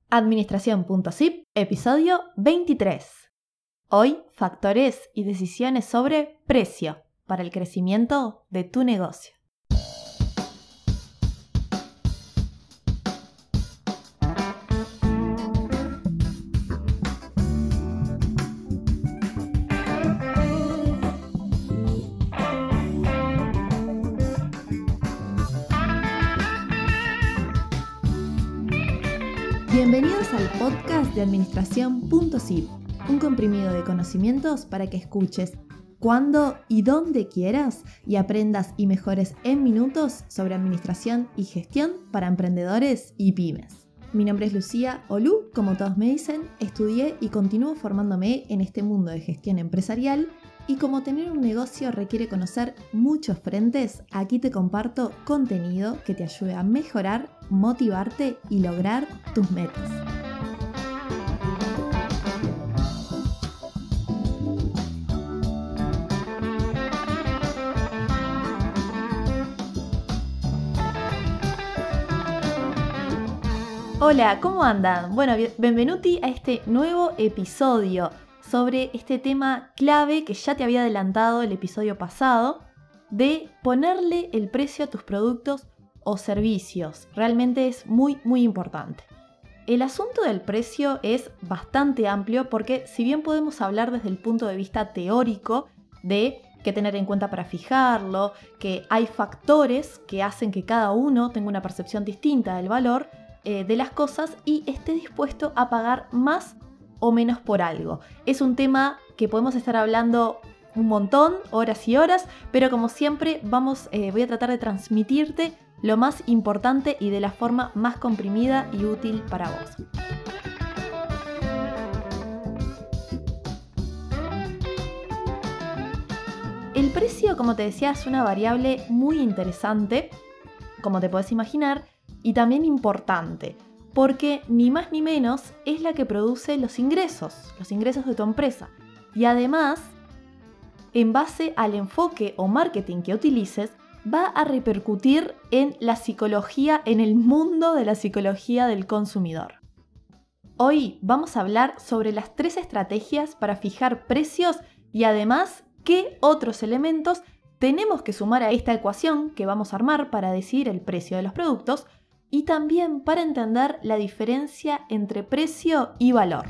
Administración.zip, episodio 23. Hoy, factores y decisiones sobre precio para el crecimiento de tu negocio. Bienvenidos al podcast de Administración.zip, un comprimido de conocimientos para que escuches cuando y dónde quieras y aprendas y mejores en minutos sobre administración y gestión para emprendedores y pymes. Mi nombre es Lucía o Lu, como todos me dicen, estudié y continúo formándome en este mundo de gestión empresarial y como tener un negocio requiere conocer muchos frentes, aquí te comparto contenido que te ayude a mejorar, motivarte y lograr tus metas. Hola, ¿cómo andan? Bueno, benvenuti a este nuevo episodio sobre este tema clave que ya te había adelantado el episodio pasado, de ponerle el precio a tus productos o servicios. Realmente es muy importante. El asunto del precio es bastante amplio porque si bien podemos hablar desde el punto de vista teórico de qué tener en cuenta para fijarlo, que hay factores que hacen que cada uno tenga una percepción distinta del valor de las cosas y esté dispuesto a pagar más o menos por algo. Es un tema que podemos estar hablando un montón, horas y horas, pero como siempre voy a tratar de transmitirte lo más importante y de la forma más comprimida y útil para vos. El precio, como te decía, es una variable muy interesante, como te podés imaginar, y también importante, porque ni más ni menos es la que produce los ingresos de tu empresa. Y además, en base al enfoque o marketing que utilices, va a repercutir en la psicología, en el mundo de la psicología del consumidor. Hoy vamos a hablar sobre las 3 estrategias para fijar precios y además qué otros elementos tenemos que sumar a esta ecuación que vamos a armar para decidir el precio de los productos y también para entender la diferencia entre precio y valor.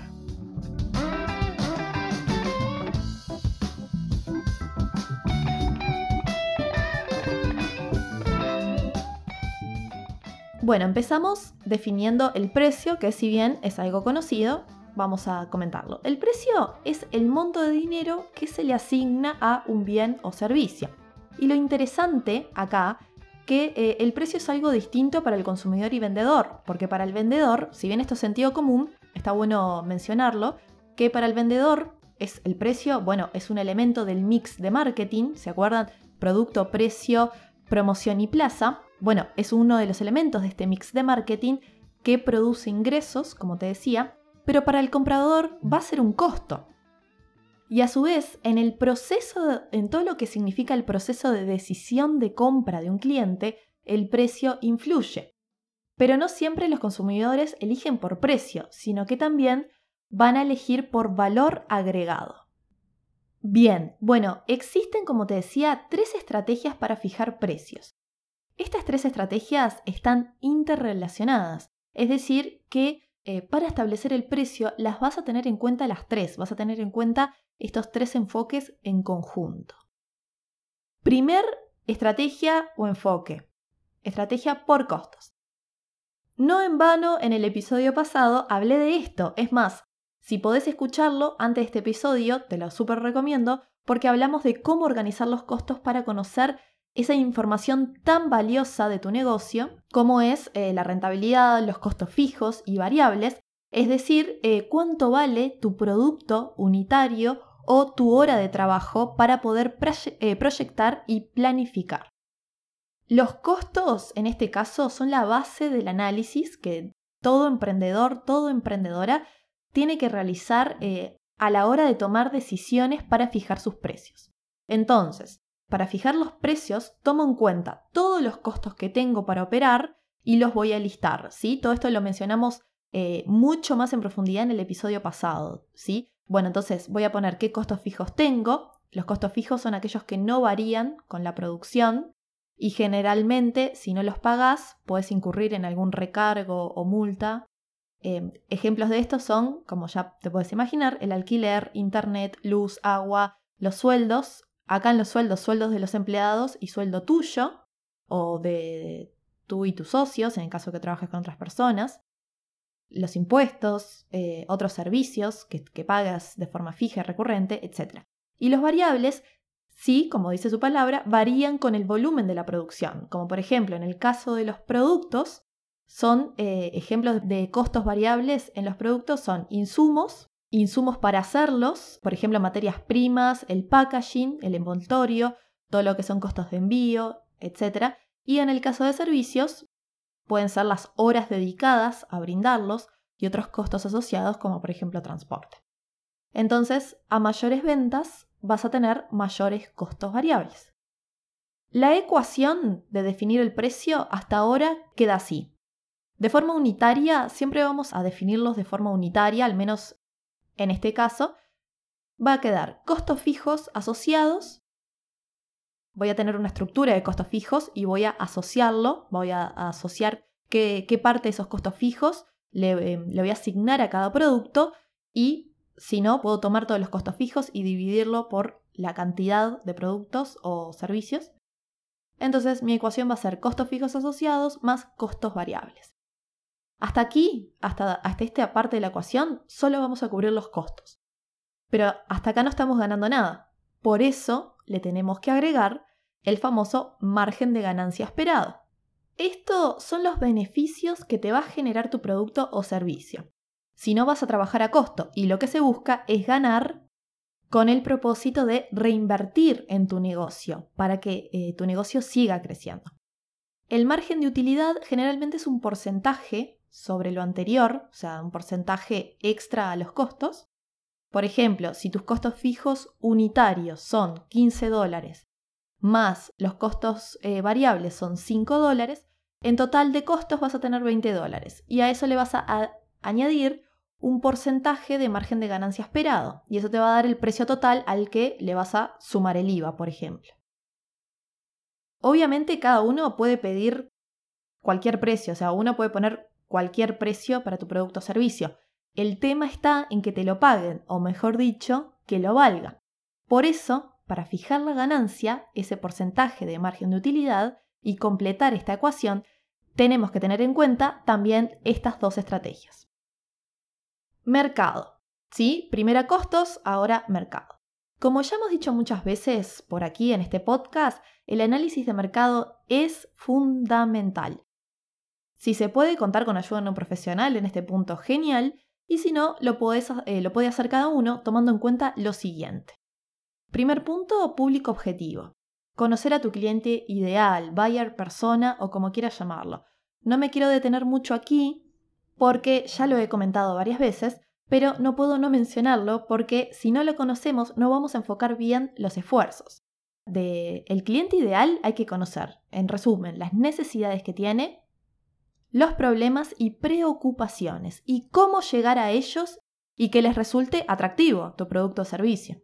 Bueno, empezamos definiendo el precio, que si bien es algo conocido, vamos a comentarlo. El precio es el monto de dinero que se le asigna a un bien o servicio. Y lo interesante acá que el precio es algo distinto para el consumidor y vendedor, porque para el vendedor, si bien esto es sentido común, está bueno mencionarlo, que para el vendedor es el precio, es un elemento del mix de marketing, ¿se acuerdan? Producto, precio, promoción y plaza. Bueno, es uno de los elementos de este mix de marketing que produce ingresos, como te decía, pero para el comprador va a ser un costo. Y a su vez, en todo lo que significa el proceso de decisión de compra de un cliente, el precio influye. Pero no siempre los consumidores eligen por precio, sino que también van a elegir por valor agregado. Bien, existen, como te decía, 3 estrategias para fijar precios. Estas 3 estrategias están interrelacionadas, es decir, que para establecer el precio las vas a tener en cuenta las 3, vas a tener en cuenta estos 3 enfoques en conjunto. Primer estrategia o enfoque, estrategia por costos. No en vano en el episodio pasado hablé de esto, es más, si podés escucharlo antes de este episodio, te lo súper recomiendo, porque hablamos de cómo organizar los costos para conocer esa información tan valiosa de tu negocio, como es la rentabilidad, los costos fijos y variables, es decir, cuánto vale tu producto unitario o tu hora de trabajo para poder proyectar y planificar. Los costos, en este caso, son la base del análisis que todo emprendedor, toda emprendedora tiene que realizar a la hora de tomar decisiones para fijar sus precios. Entonces, para fijar los precios, tomo en cuenta todos los costos que tengo para operar y los voy a listar, ¿sí? Todo esto lo mencionamos mucho más en profundidad en el episodio pasado, ¿sí? Bueno, entonces voy a poner qué costos fijos tengo. Los costos fijos son aquellos que no varían con la producción y generalmente, si no los pagás, puedes incurrir en algún recargo o multa. Ejemplos de estos son, como ya te puedes imaginar, el alquiler, internet, luz, agua, los sueldos. Acá en los sueldos de los empleados y sueldo tuyo o de tú y tus socios, en el caso que trabajes con otras personas. Los impuestos, otros servicios que pagas de forma fija y recurrente, etc. Y los variables, sí, como dice su palabra, varían con el volumen de la producción. Como por ejemplo, en el caso de los productos, son ejemplos de costos variables en los productos son insumos para hacerlos, por ejemplo, materias primas, el packaging, el envoltorio, todo lo que son costos de envío, etc. Y en el caso de servicios, pueden ser las horas dedicadas a brindarlos y otros costos asociados como por ejemplo transporte. Entonces, a mayores ventas vas a tener mayores costos variables. La ecuación de definir el precio hasta ahora queda así. De forma unitaria, siempre vamos a definirlos de forma unitaria, al menos en este caso, va a quedar costos fijos asociados. Voy a tener una estructura de costos fijos y voy a asociarlo, voy a asociar qué parte de esos costos fijos le voy a asignar a cada producto y si no, puedo tomar todos los costos fijos y dividirlo por la cantidad de productos o servicios. Entonces mi ecuación va a ser costos fijos asociados más costos variables. Hasta aquí, hasta esta parte de la ecuación, solo vamos a cubrir los costos. Pero hasta acá no estamos ganando nada. Por eso le tenemos que agregar el famoso margen de ganancia esperado. Estos son los beneficios que te va a generar tu producto o servicio. Si no vas a trabajar a costo y lo que se busca es ganar con el propósito de reinvertir en tu negocio para que tu negocio siga creciendo. El margen de utilidad generalmente es un porcentaje sobre lo anterior, o sea, un porcentaje extra a los costos. Por ejemplo, si tus costos fijos unitarios son $15 más los costos variables son $5, en total de costos vas a tener $20 y a eso le vas a añadir un porcentaje de margen de ganancia esperado y eso te va a dar el precio total al que le vas a sumar el IVA, por ejemplo. Obviamente cada uno puede pedir cualquier precio, o sea, uno puede poner cualquier precio para tu producto o servicio. El tema está en que te lo paguen, o mejor dicho, que lo valga. Por eso, para fijar la ganancia, ese porcentaje de margen de utilidad y completar esta ecuación, tenemos que tener en cuenta también estas dos estrategias. Mercado. ¿Sí? Primero costos, ahora mercado. Como ya hemos dicho muchas veces por aquí en este podcast, el análisis de mercado es fundamental. Si se puede contar con ayuda de un profesional en este punto, genial. Y si no, lo puede hacer cada uno tomando en cuenta lo siguiente. Primer punto, público objetivo. Conocer a tu cliente ideal, buyer, persona o como quieras llamarlo. No me quiero detener mucho aquí porque ya lo he comentado varias veces, pero no puedo no mencionarlo porque si no lo conocemos no vamos a enfocar bien los esfuerzos. El cliente ideal hay que conocer, en resumen, las necesidades que tiene, los problemas y preocupaciones y cómo llegar a ellos y que les resulte atractivo tu producto o servicio.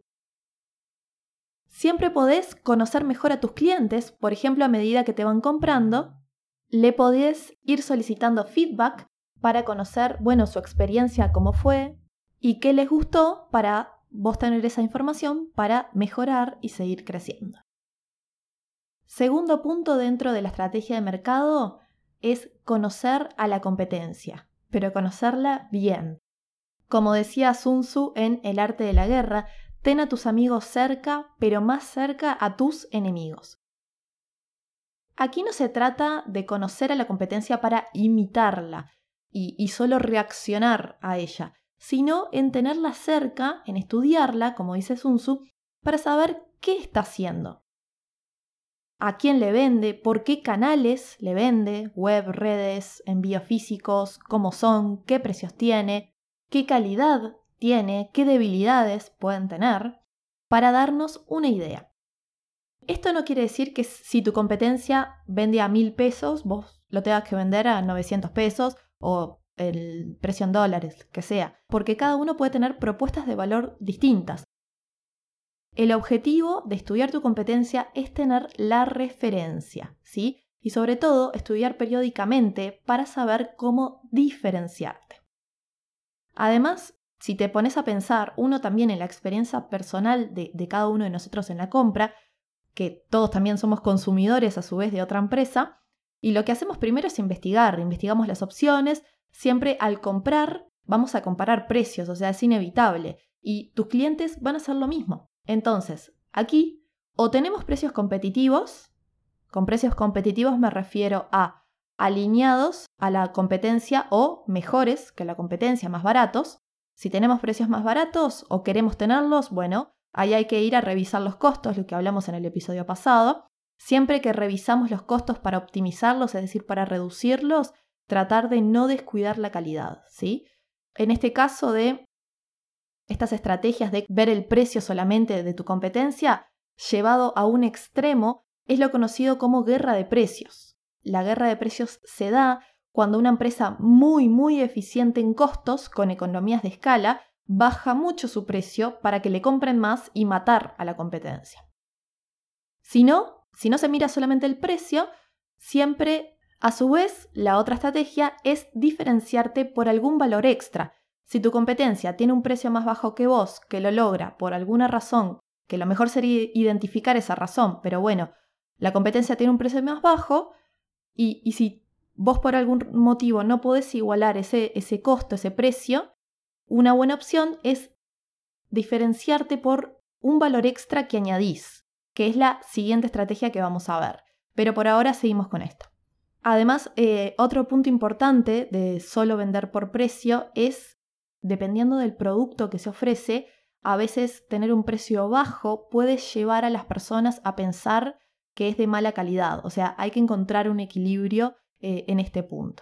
Siempre podés conocer mejor a tus clientes, por ejemplo, a medida que te van comprando, le podés ir solicitando feedback para conocer, su experiencia, cómo fue y qué les gustó para vos tener esa información para mejorar y seguir creciendo. Segundo punto dentro de la estrategia de mercado es conocer a la competencia, pero conocerla bien. Como decía Sun Tzu en El arte de la guerra, ten a tus amigos cerca, pero más cerca a tus enemigos. Aquí no se trata de conocer a la competencia para imitarla y solo reaccionar a ella, sino en tenerla cerca, en estudiarla, como dice Sun Tzu, para saber qué está haciendo. A quién le vende, por qué canales le vende, web, redes, envíos físicos, cómo son, qué precios tiene, qué calidad tiene, qué debilidades pueden tener, para darnos una idea. Esto no quiere decir que si tu competencia vende a 1.000 pesos, vos lo tengas que vender a 900 pesos o el precio en dólares, que sea, porque cada uno puede tener propuestas de valor distintas. El objetivo de estudiar tu competencia es tener la referencia, ¿sí? Y sobre todo, estudiar periódicamente para saber cómo diferenciarte. Además, si te pones a pensar, uno también en la experiencia personal de cada uno de nosotros en la compra, que todos también somos consumidores a su vez de otra empresa, y lo que hacemos primero es investigamos las opciones, siempre al comprar vamos a comparar precios, o sea, es inevitable, y tus clientes van a hacer lo mismo. Entonces, aquí o tenemos precios competitivos, con precios competitivos me refiero a alineados a la competencia o mejores que la competencia, más baratos. Si tenemos precios más baratos o queremos tenerlos, bueno, ahí hay que ir a revisar los costos, lo que hablamos en el episodio pasado. Siempre que revisamos los costos para optimizarlos, es decir, para reducirlos, tratar de no descuidar la calidad, ¿sí? En este caso de estas estrategias de ver el precio solamente de tu competencia, llevado a un extremo, es lo conocido como guerra de precios. La guerra de precios se da cuando una empresa muy eficiente en costos, con economías de escala, baja mucho su precio para que le compren más y matar a la competencia. Si no se mira solamente el precio, siempre, a su vez, la otra estrategia es diferenciarte por algún valor extra. Si tu competencia tiene un precio más bajo que vos, que lo logra por alguna razón, que lo mejor sería identificar esa razón, pero bueno, la competencia tiene un precio más bajo y si vos por algún motivo no podés igualar ese costo, ese precio, una buena opción es diferenciarte por un valor extra que añadís, que es la siguiente estrategia que vamos a ver. Pero por ahora seguimos con esto. Además, otro punto importante de solo vender por precio es, dependiendo del producto que se ofrece, a veces tener un precio bajo puede llevar a las personas a pensar que es de mala calidad. O sea, hay que encontrar un equilibrio en este punto.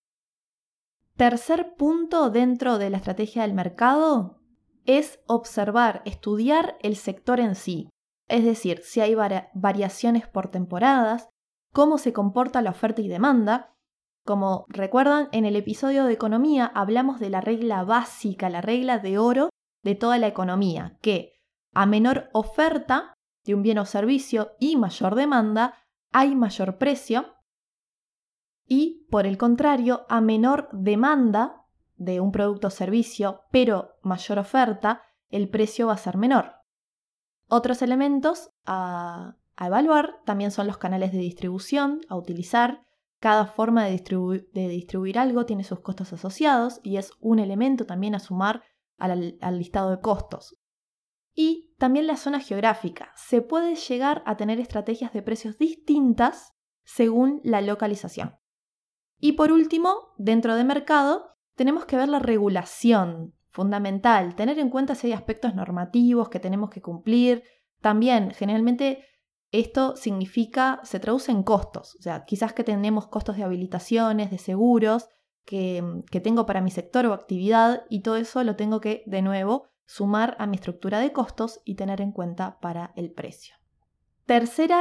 Tercer punto dentro de la estrategia del mercado es observar, estudiar el sector en sí. Es decir, si hay variaciones por temporadas, cómo se comporta la oferta y demanda. Como recuerdan, en el episodio de economía hablamos de la regla básica, la regla de oro de toda la economía, que a menor oferta de un bien o servicio y mayor demanda, hay mayor precio. Y, por el contrario, a menor demanda de un producto o servicio, pero mayor oferta, el precio va a ser menor. Otros elementos a evaluar también son los canales de distribución a utilizar. Cada forma de distribuir algo tiene sus costos asociados y es un elemento también a sumar al listado de costos. Y también la zona geográfica. Se puede llegar a tener estrategias de precios distintas según la localización. Y por último, dentro de mercado, tenemos que ver la regulación, fundamental, tener en cuenta si hay aspectos normativos que tenemos que cumplir. También, generalmente, esto se traduce en costos, o sea, quizás que tenemos costos de habilitaciones, de seguros, que tengo para mi sector o actividad, y todo eso lo tengo que, de nuevo, sumar a mi estructura de costos y tener en cuenta para el precio. Tercera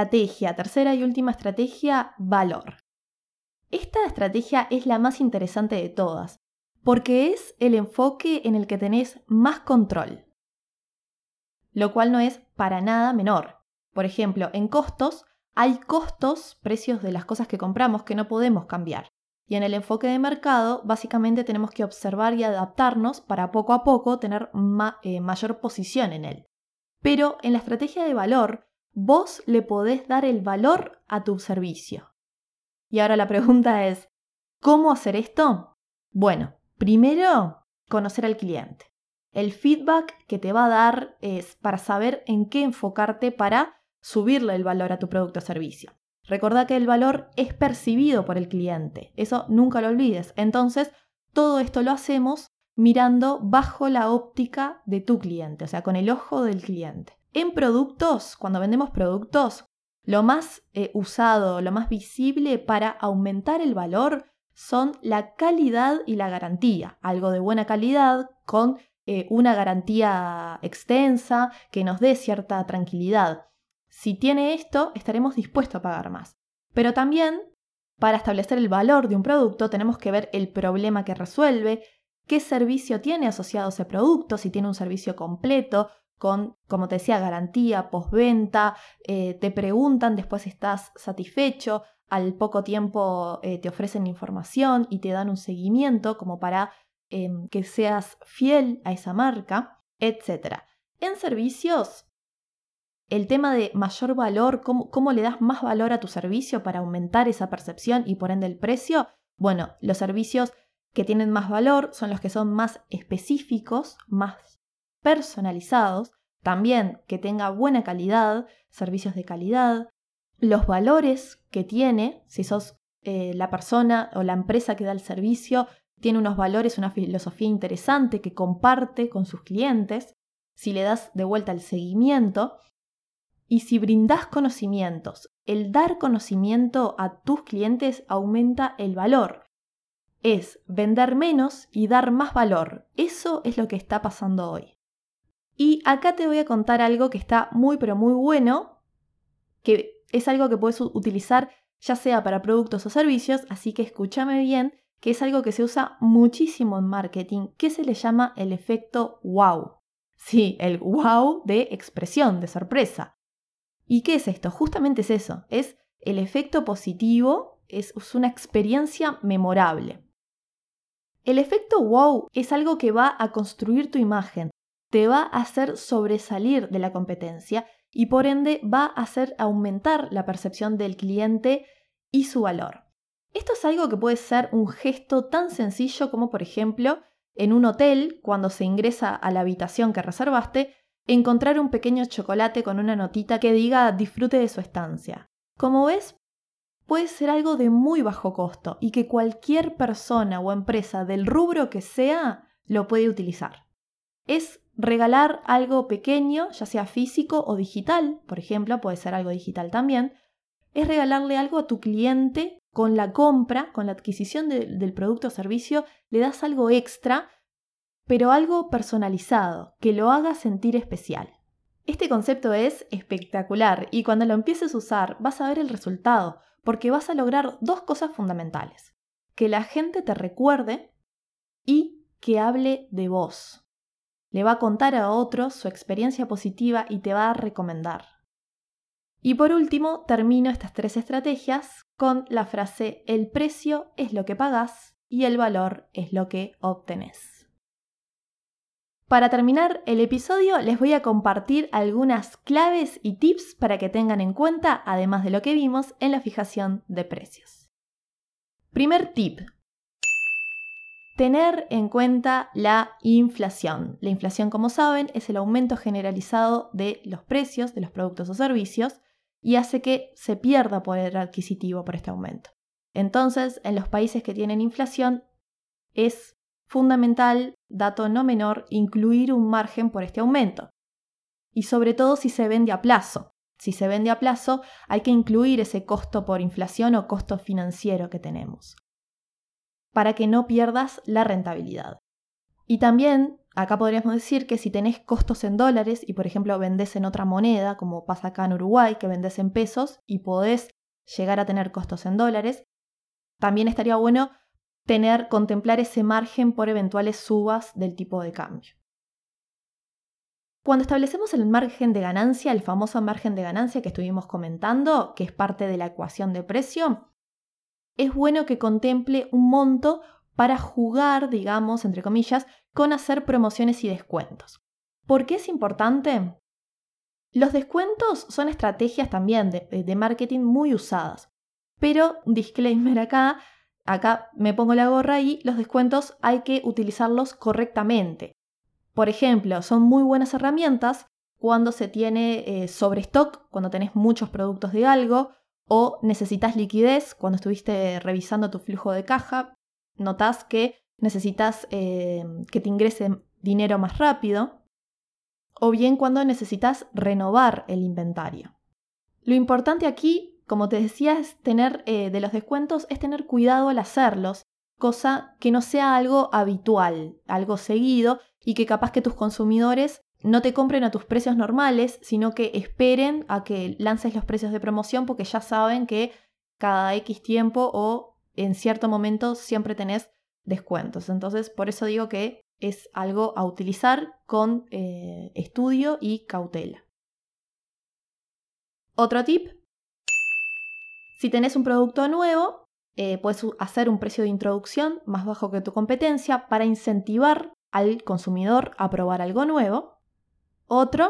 y última estrategia, valor. Esta estrategia es la más interesante de todas, porque es el enfoque en el que tenés más control, lo cual no es para nada menor. Por ejemplo, en costos, hay precios de las cosas que compramos que no podemos cambiar. Y en el enfoque de mercado, básicamente tenemos que observar y adaptarnos para poco a poco tener mayor posición en él. Pero en la estrategia de valor, vos le podés dar el valor a tu servicio. Y ahora la pregunta es, ¿cómo hacer esto? Bueno, primero, conocer al cliente. El feedback que te va a dar es para saber en qué enfocarte para subirle el valor a tu producto o servicio. Recordá que el valor es percibido por el cliente, eso nunca lo olvides. Entonces, todo esto lo hacemos mirando bajo la óptica de tu cliente, o sea, con el ojo del cliente. En productos, cuando vendemos productos, lo más usado, lo más visible para aumentar el valor son la calidad y la garantía. Algo de buena calidad con una garantía extensa que nos dé cierta tranquilidad. Si tiene esto, estaremos dispuestos a pagar más. Pero también Para establecer el valor de un producto tenemos que ver el problema que resuelve, qué servicio tiene asociado a ese producto, si tiene un servicio completo, con, como te decía, garantía, postventa, te preguntan después si estás satisfecho, al poco tiempo te ofrecen información y te dan un seguimiento como para que seas fiel a esa marca, etc. En servicios, el tema de mayor valor, cómo le das más valor a tu servicio para aumentar esa percepción y por ende el precio. Bueno, los servicios que tienen más valor son los que son más específicos, más personalizados, también que tenga buena calidad, servicios de calidad, los valores que tiene, si sos la persona o la empresa que da el servicio, tiene unos valores, una filosofía interesante que comparte con sus clientes, si le das de vuelta el seguimiento y si brindás conocimientos. El dar conocimiento a tus clientes aumenta el valor. Es vender menos y dar más valor. Eso es lo que está pasando hoy. Y acá te voy a contar algo que está muy pero muy bueno, que es algo que puedes utilizar ya sea para productos o servicios, así que escúchame bien, que es algo que se usa muchísimo en marketing, que se le llama el efecto wow. Sí, el wow de expresión, de sorpresa. ¿Y qué es esto? Justamente es eso, es el efecto positivo, es una experiencia memorable. El efecto wow es algo que va a construir tu imagen, te va a hacer sobresalir de la competencia y por ende va a hacer aumentar la percepción del cliente y su valor. Esto es algo que puede ser un gesto tan sencillo como, por ejemplo, en un hotel, cuando se ingresa a la habitación que reservaste, encontrar un pequeño chocolate con una notita que diga disfrute de su estancia. Como ves, puede ser algo de muy bajo costo y que cualquier persona o empresa del rubro que sea lo puede utilizar. Es regalar algo pequeño, ya sea físico o digital, por ejemplo, puede ser algo digital también, es regalarle algo a tu cliente con la compra, con la adquisición del producto o servicio, le das algo extra, pero algo personalizado, que lo haga sentir especial. Este concepto es espectacular y cuando lo empieces a usar vas a ver el resultado, porque vas a lograr dos cosas fundamentales: que la gente te recuerde y que hable de vos. Le va a contar a otros su experiencia positiva y te va a recomendar. Y por último, termino estas 3 estrategias con la frase: el precio es lo que pagás y el valor es lo que obtenés. Para terminar el episodio, les voy a compartir algunas claves y tips para que tengan en cuenta, además de lo que vimos en la fijación de precios. Primer tip: tener en cuenta la inflación. La inflación, como saben, es el aumento generalizado de los precios de los productos o servicios y hace que se pierda poder adquisitivo por este aumento. Entonces, en los países que tienen inflación, es fundamental, dato no menor, incluir un margen por este aumento. Y sobre todo si se vende a plazo. Si se vende a plazo, hay que incluir ese costo por inflación o costo financiero que tenemos, para que no pierdas la rentabilidad. Y también, acá podríamos decir que si tenés costos en dólares y por ejemplo vendés en otra moneda, como pasa acá en Uruguay, que vendés en pesos y podés llegar a tener costos en dólares, también estaría bueno contemplar ese margen por eventuales subas del tipo de cambio. Cuando establecemos el margen de ganancia, el famoso margen de ganancia que estuvimos comentando, que es parte de la ecuación de precio, es bueno que contemple un monto para jugar, digamos, entre comillas, con hacer promociones y descuentos. ¿Por qué es importante? Los descuentos son estrategias también de marketing muy usadas, pero, disclaimer acá me pongo la gorra y los descuentos hay que utilizarlos correctamente. Por ejemplo, son muy buenas herramientas cuando se tiene sobrestock, cuando tenés muchos productos de algo, o necesitas liquidez, cuando estuviste revisando tu flujo de caja, notás que necesitas que te ingrese dinero más rápido, o bien cuando necesitas renovar el inventario. Lo importante aquí, como te decía, es tener de los descuentos, es tener cuidado al hacerlos, cosa que no sea algo habitual, algo seguido, y que capaz que tus consumidores no te compren a tus precios normales, sino que esperen a que lances los precios de promoción porque ya saben que cada X tiempo o en cierto momento siempre tenés descuentos. Entonces, por eso digo que es algo a utilizar con estudio y cautela. Otro tip: si tenés un producto nuevo, puedes hacer un precio de introducción más bajo que tu competencia para incentivar al consumidor a probar algo nuevo. Otro: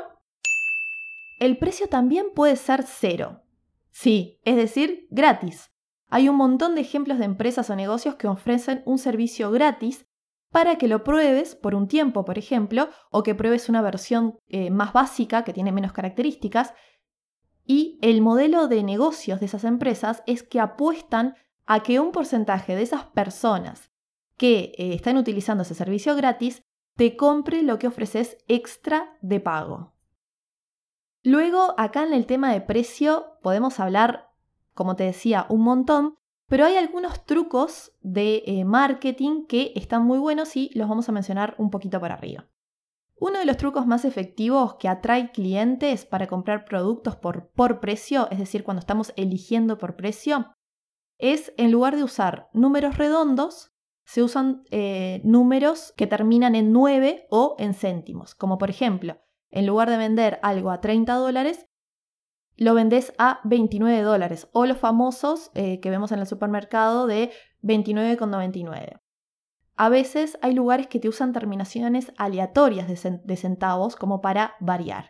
el precio también puede ser cero. Sí, es decir, gratis. Hay un montón de ejemplos de empresas o negocios que ofrecen un servicio gratis para que lo pruebes por un tiempo, por ejemplo, o que pruebes una versión más básica que tiene menos características. Y el modelo de negocios de esas empresas es que apuestan a que un porcentaje de esas personas que están utilizando ese servicio gratis te compre lo que ofreces extra de pago. Luego, acá en el tema de precio podemos hablar, como te decía, un montón, pero hay algunos trucos de marketing que están muy buenos y los vamos a mencionar un poquito por arriba. Uno de los trucos más efectivos que atrae clientes para comprar productos por precio, es decir, cuando estamos eligiendo por precio, es en lugar de usar números redondos, se usan números que terminan en 9 o en céntimos. Como por ejemplo, en lugar de vender algo a $30, lo vendés a $29. O los famosos que vemos en el supermercado de 29,99. A veces hay lugares que te usan terminaciones aleatorias de centavos como para variar.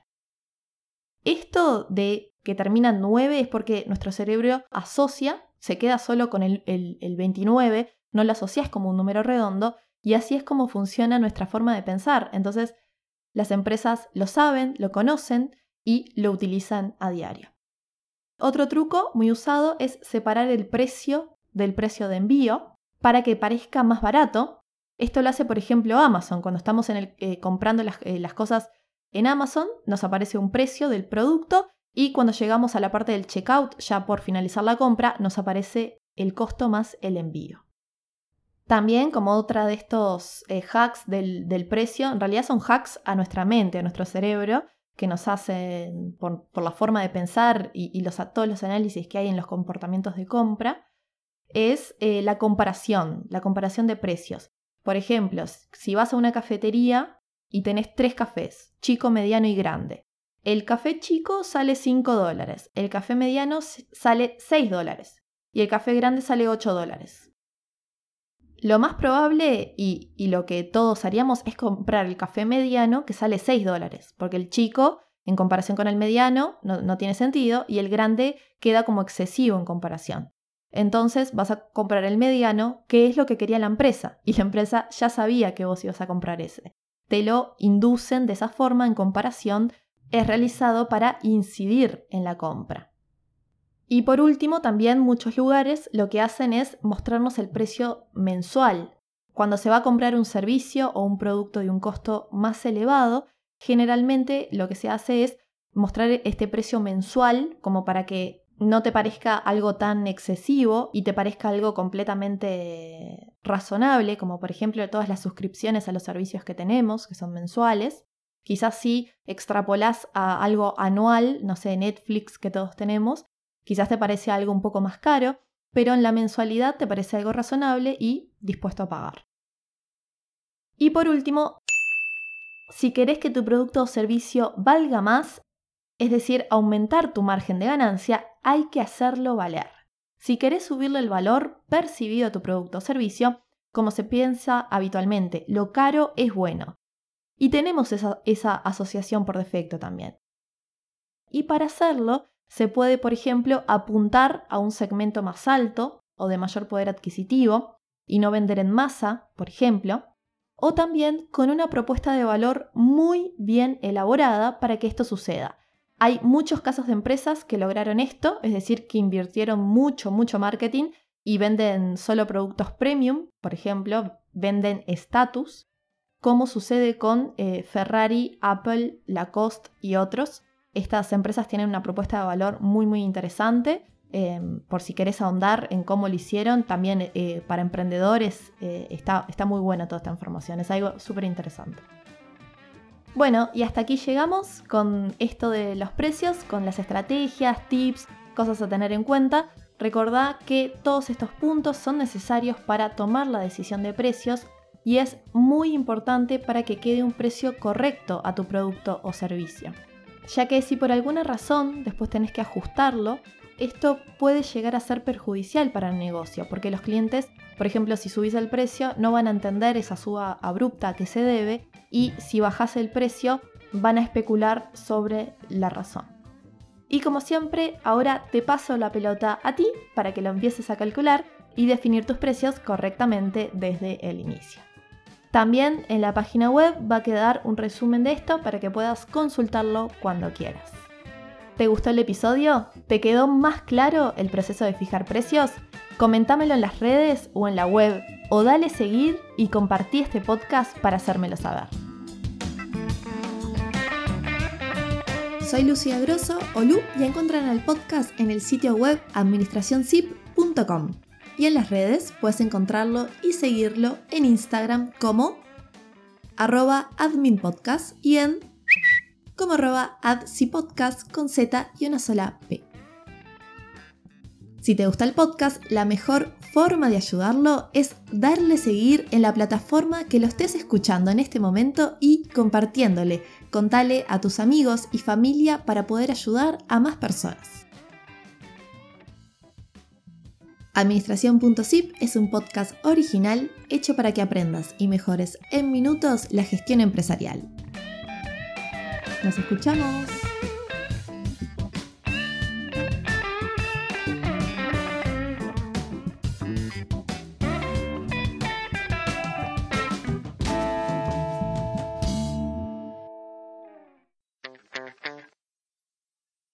Esto de que termina en 9 es porque nuestro cerebro asocia, se queda solo con el 29, no lo asocias como un número redondo, y así es como funciona nuestra forma de pensar. Entonces, las empresas lo saben, lo conocen y lo utilizan a diario. Otro truco muy usado es separar el precio del precio de envío para que parezca más barato. Esto lo hace, por ejemplo, Amazon. Cuando estamos comprando las cosas en Amazon, nos aparece un precio del producto y cuando llegamos a la parte del checkout, ya por finalizar la compra, nos aparece el costo más el envío. También, como otra de estos hacks del precio, en realidad son hacks a nuestra mente, a nuestro cerebro, que nos hacen por la forma de pensar y todos los análisis que hay en los comportamientos de compra, es la comparación de precios. Por ejemplo, si vas a una cafetería y tenés 3 cafés, chico, mediano y grande. El café chico sale $5, el café mediano sale $6 y el café grande sale $8. Lo más probable y lo que todos haríamos es comprar el café mediano que sale $6, porque el chico, en comparación con el mediano, no tiene sentido y el grande queda como excesivo en comparación. Entonces vas a comprar el mediano, que es lo que quería la empresa, y la empresa ya sabía que vos ibas a comprar ese. Te lo inducen de esa forma en comparación, es realizado para incidir en la compra. Y por último, también muchos lugares lo que hacen es mostrarnos el precio mensual. Cuando se va a comprar un servicio o un producto de un costo más elevado, generalmente lo que se hace es mostrar este precio mensual como para que no te parezca algo tan excesivo y te parezca algo completamente razonable, como por ejemplo todas las suscripciones a los servicios que tenemos, que son mensuales. Quizás si extrapolás a algo anual, no sé, Netflix que todos tenemos, quizás te parece algo un poco más caro, pero en la mensualidad te parece algo razonable y dispuesto a pagar. Y por último, si querés que tu producto o servicio valga más, es decir, aumentar tu margen de ganancia, hay que hacerlo valer. Si querés subirle el valor percibido a tu producto o servicio, como se piensa habitualmente, lo caro es bueno. Y tenemos esa asociación por defecto también. Y para hacerlo, se puede, por ejemplo, apuntar a un segmento más alto o de mayor poder adquisitivo y no vender en masa, por ejemplo, o también con una propuesta de valor muy bien elaborada para que esto suceda. Hay muchos casos de empresas que lograron esto, es decir, que invirtieron mucho marketing y venden solo productos premium, por ejemplo, venden estatus, como sucede con Ferrari, Apple, Lacoste y otros. Estas empresas tienen una propuesta de valor muy interesante. Por si querés ahondar en cómo lo hicieron, también para emprendedores está muy buena toda esta información, es algo súper interesante. Bueno, y hasta aquí llegamos con esto de los precios, con las estrategias, tips, cosas a tener en cuenta Recordá que todos estos puntos son necesarios para tomar la decisión de precios y es muy importante para que quede un precio correcto a tu producto o servicio. Ya que si por alguna razón después tenés que ajustarlo, esto puede llegar a ser perjudicial para el negocio, porque los clientes, por ejemplo, si subís el precio, no van a entender esa suba abrupta que se debe, y si bajás el precio, van a especular sobre la razón. Y como siempre, ahora te paso la pelota a ti para que lo empieces a calcular y definir tus precios correctamente desde el inicio. También en la página web va a quedar un resumen de esto para que puedas consultarlo cuando quieras. ¿Te gustó el episodio? ¿Te quedó más claro el proceso de fijar precios? Coméntamelo en las redes o en la web, o dale seguir y compartí este podcast para hacérmelo saber. Soy Lucía Grosso o Lu y encuentran el podcast en el sitio web administracionzip.com y en las redes puedes encontrarlo y seguirlo en Instagram como @adminpodcast y en como @adsipodcast con Z y una sola P. Si te gusta el podcast, la mejor forma de ayudarlo es darle seguir en la plataforma que lo estés escuchando en este momento y compartiéndole. Contale a tus amigos y familia para poder ayudar a más personas. Administración.zip es un podcast original hecho para que aprendas y mejores en minutos la gestión empresarial. ¡Nos escuchamos!